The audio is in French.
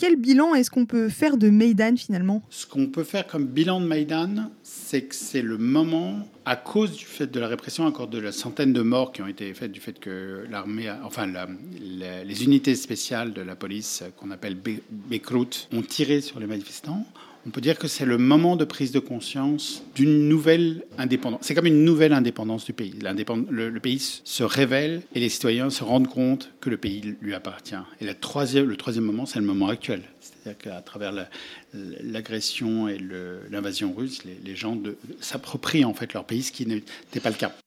quel bilan est-ce qu'on peut faire de Maïdan finalement ? Ce qu'on peut faire comme bilan de Maïdan, c'est que c'est le moment, à cause du fait de la répression, encore de la centaine de morts qui ont été faites du fait que l'armée, les unités spéciales de la police, qu'on appelle Bekrut, ont tiré sur les manifestants. On peut dire que c'est le moment de prise de conscience d'une nouvelle indépendance. C'est comme une nouvelle indépendance du pays. Le pays se révèle et les citoyens se rendent compte que le pays lui appartient. Et le troisième moment, c'est le moment actuel. C'est-à-dire qu'à travers l'agression et l'invasion russe, les gens s'approprient en fait leur pays, ce qui n'était pas le cas.